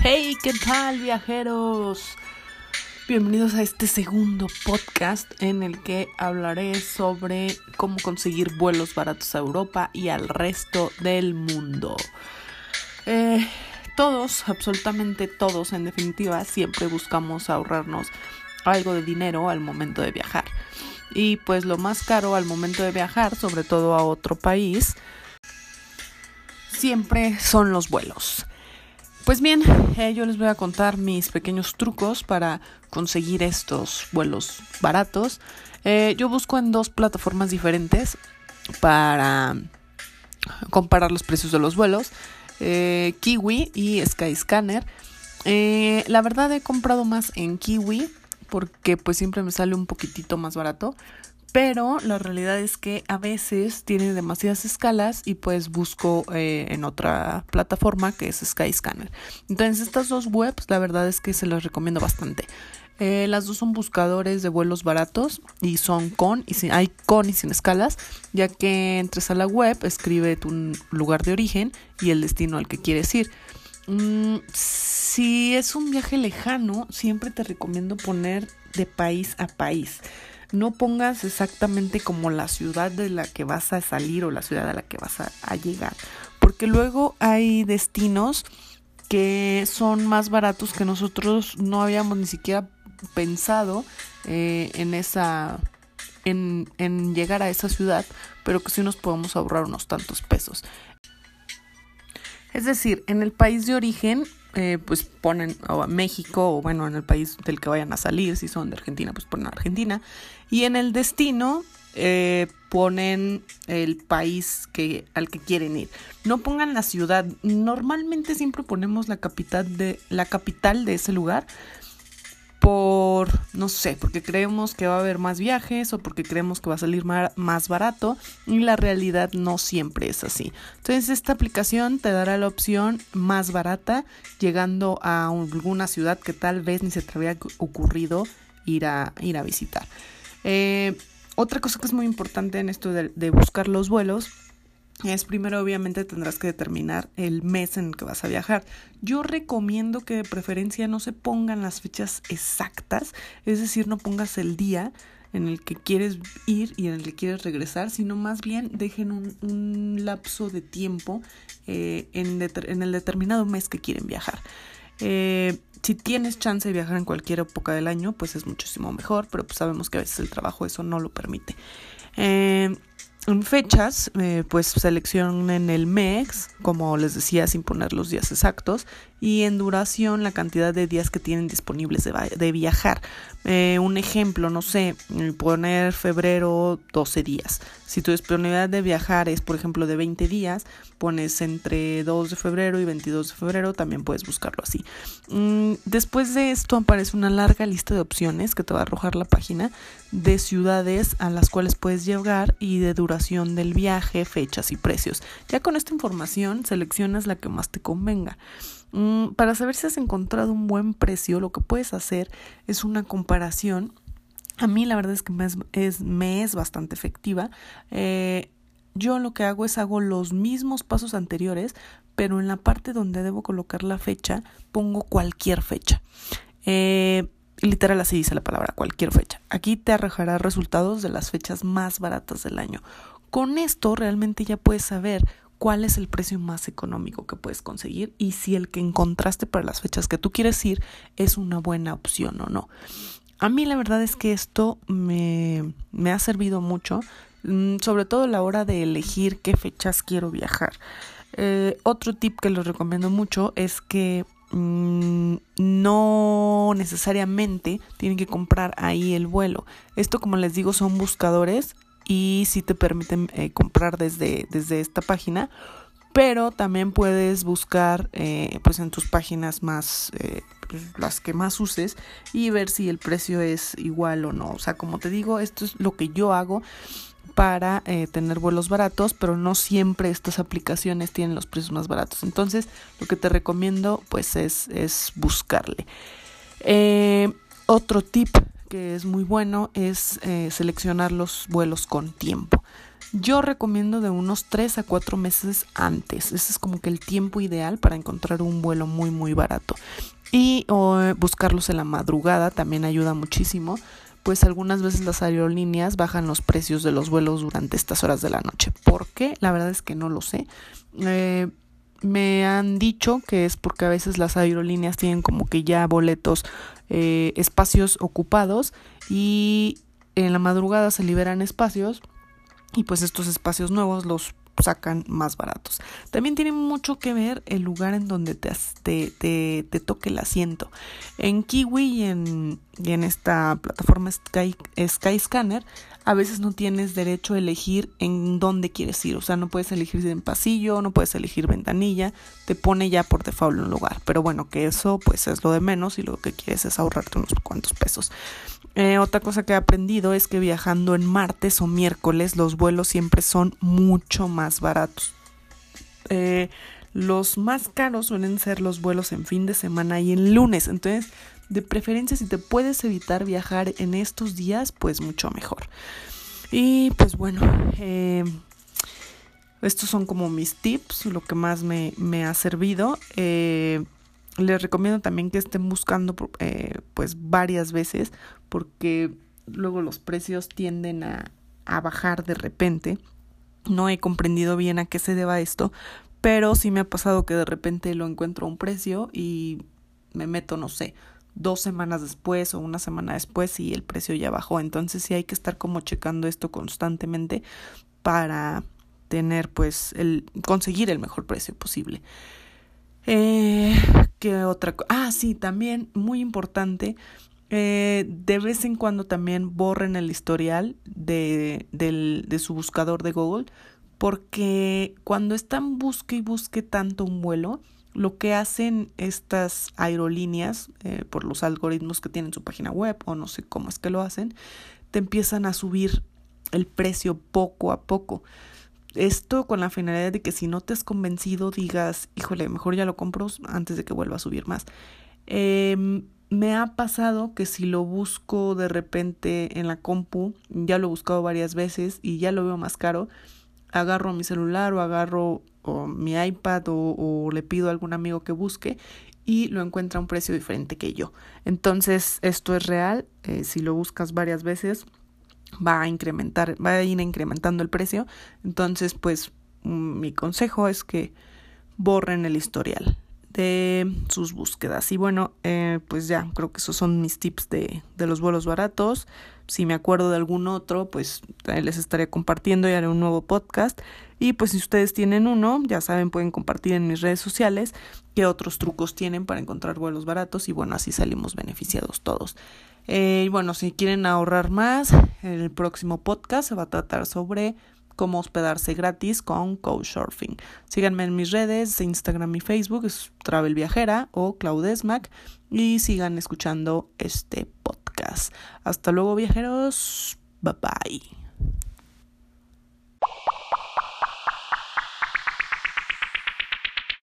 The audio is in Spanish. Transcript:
Hey, ¿qué tal, viajeros? Bienvenidos a este segundo podcast en el que hablaré sobre cómo conseguir vuelos baratos a Europa y al resto del mundo. Todos, absolutamente todos, en definitiva, siempre buscamos ahorrarnos algo de dinero al momento de viajar. Y pues lo más caro al momento de viajar, sobre todo a otro país, siempre son los vuelos. Pues bien, yo les voy a contar mis pequeños trucos para conseguir estos vuelos baratos. Yo busco en 2 plataformas diferentes para comparar los precios de los vuelos, Kiwi y Skyscanner. La verdad he comprado más en Kiwi porque pues siempre me sale un poquitito más barato. Pero la realidad es que a veces tiene demasiadas escalas y pues busco en otra plataforma que es Skyscanner. Entonces estas 2 webs la verdad es que se las recomiendo bastante. Las 2 son buscadores de vuelos baratos y son hay con y sin escalas, ya que entres a la web, escribe tu lugar de origen y el destino al que quieres ir. Si es un viaje lejano, siempre te recomiendo poner de país a país. No pongas exactamente como la ciudad de la que vas a salir o la ciudad a la que vas a llegar, porque luego hay destinos que son más baratos que nosotros no habíamos ni siquiera pensado en llegar a esa ciudad, pero que sí nos podemos ahorrar unos tantos pesos. Es decir, en el país de origen, pues ponen México, o bueno, en el país del que vayan a salir, si son de Argentina, pues ponen Argentina. Y en el destino ponen el país al que quieren ir. No pongan la ciudad. Normalmente siempre ponemos la capital de ese lugar porque creemos que va a haber más viajes o porque creemos que va a salir más barato, y la realidad no siempre es así. Entonces esta aplicación te dará la opción más barata llegando a alguna ciudad que tal vez ni se te había ocurrido ir a visitar. Otra cosa que es muy importante en esto de buscar los vuelos es, primero, obviamente tendrás que determinar el mes en el que vas a viajar. Yo recomiendo que de preferencia no se pongan las fechas exactas, es decir, no pongas el día en el que quieres ir y en el que quieres regresar, sino más bien dejen un lapso de tiempo en el determinado mes que quieren viajar. Si tienes chance de viajar en cualquier época del año, pues es muchísimo mejor, pero pues sabemos que a veces el trabajo eso no lo permite. En fechas, pues seleccionen el mes, como les decía, sin poner los días exactos, y en duración la cantidad de días que tienen disponibles de viajar. Un ejemplo, no sé, poner febrero 12 días. Si tu disponibilidad de viajar es, por ejemplo, de 20 días, pones entre 2 de febrero y 22 de febrero, también puedes buscarlo así. Después de esto aparece una larga lista de opciones que te va a arrojar la página de ciudades a las cuales puedes llegar y de duración del viaje, fechas y precios. Ya con esta información seleccionas la que más te convenga. Para saber si has encontrado un buen precio, lo que puedes hacer es una comparación. A mí la verdad es que me es bastante efectiva. Yo lo que hago los mismos pasos anteriores, pero en la parte donde debo colocar la fecha, pongo cualquier fecha. Literal así dice la palabra, cualquier fecha. Aquí te arrojará resultados de las fechas más baratas del año. Con esto realmente ya puedes saber cuál es el precio más económico que puedes conseguir y si el que encontraste para las fechas que tú quieres ir es una buena opción o no. A mí la verdad es que esto me ha servido mucho, sobre todo a la hora de elegir qué fechas quiero viajar. Otro tip que les recomiendo mucho es que no necesariamente tienen que comprar ahí el vuelo. Esto, como les digo, son buscadores y sí te permiten comprar desde esta página, pero también puedes buscar pues en tus páginas más las que más uses y ver si el precio es igual o no. O sea, como te digo, esto es lo que yo hago para tener vuelos baratos, pero no siempre estas aplicaciones tienen los precios más baratos. Entonces, lo que te recomiendo pues es buscarle. Otro tip que es muy bueno es seleccionar los vuelos con tiempo. Yo recomiendo de unos 3 a 4 meses antes. Ese es como que el tiempo ideal para encontrar un vuelo muy muy barato. Y buscarlos en la madrugada también ayuda muchísimo, pues algunas veces las aerolíneas bajan los precios de los vuelos durante estas horas de la noche. ¿Por qué? La verdad es que no lo sé. Me han dicho que es porque a veces las aerolíneas tienen como que ya boletos, espacios ocupados, y en la madrugada se liberan espacios y pues estos espacios nuevos los sacan más baratos. También tiene mucho que ver el lugar en donde te toque el asiento. En Kiwi y en esta plataforma Skyscanner a veces no tienes derecho a elegir en dónde quieres ir. O sea, no puedes elegir en pasillo, no puedes elegir ventanilla, te pone ya por default un lugar. Pero bueno, que eso pues es lo de menos y lo que quieres es ahorrarte unos cuantos pesos. Otra cosa que he aprendido es que viajando en martes o miércoles los vuelos siempre son mucho más baratos. Los más caros suelen ser los vuelos en fin de semana y en lunes. Entonces, de preferencia, si te puedes evitar viajar en estos días, pues mucho mejor. Y pues bueno, estos son como mis tips, lo que más me ha servido. Les recomiendo también que estén buscando pues varias veces, porque luego los precios tienden a bajar de repente. No he comprendido bien a qué se deba esto, pero sí me ha pasado que de repente lo encuentro a un precio y me meto, no sé, 2 semanas después o una semana después y el precio ya bajó. Entonces sí hay que estar como checando esto constantemente para tener pues conseguir el mejor precio posible. ¿Qué otra cosa? Sí, también muy importante, de vez en cuando también borren el historial de su buscador de Google, porque cuando están busque y busque tanto un vuelo, lo que hacen estas aerolíneas, por los algoritmos que tienen su página web o no sé cómo es que lo hacen, te empiezan a subir el precio poco a poco. Esto con la finalidad de que si no te has convencido digas, híjole, mejor ya lo compro antes de que vuelva a subir más. Me ha pasado que si lo busco de repente en la compu, ya lo he buscado varias veces y ya lo veo más caro, agarro mi celular o agarro mi iPad o le pido a algún amigo que busque y lo encuentra a un precio diferente que yo. Entonces esto es real. Si lo buscas varias veces va a ir incrementando el precio. Entonces pues mi consejo es que borren el historial de sus búsquedas. Y bueno, pues ya creo que esos son mis tips de los vuelos baratos. Si me acuerdo de algún otro, pues les estaré compartiendo y haré un nuevo podcast. Y pues si ustedes tienen uno, ya saben, pueden compartir en mis redes sociales qué otros trucos tienen para encontrar vuelos baratos. Y bueno, así salimos beneficiados todos. Y bueno, si quieren ahorrar más, el próximo podcast se va a tratar sobre cómo hospedarse gratis con Couchsurfing. Síganme en mis redes, Instagram y Facebook, es Travel Viajera o Claudesmac, y sigan escuchando este podcast. Hasta luego, viajeros. Bye bye.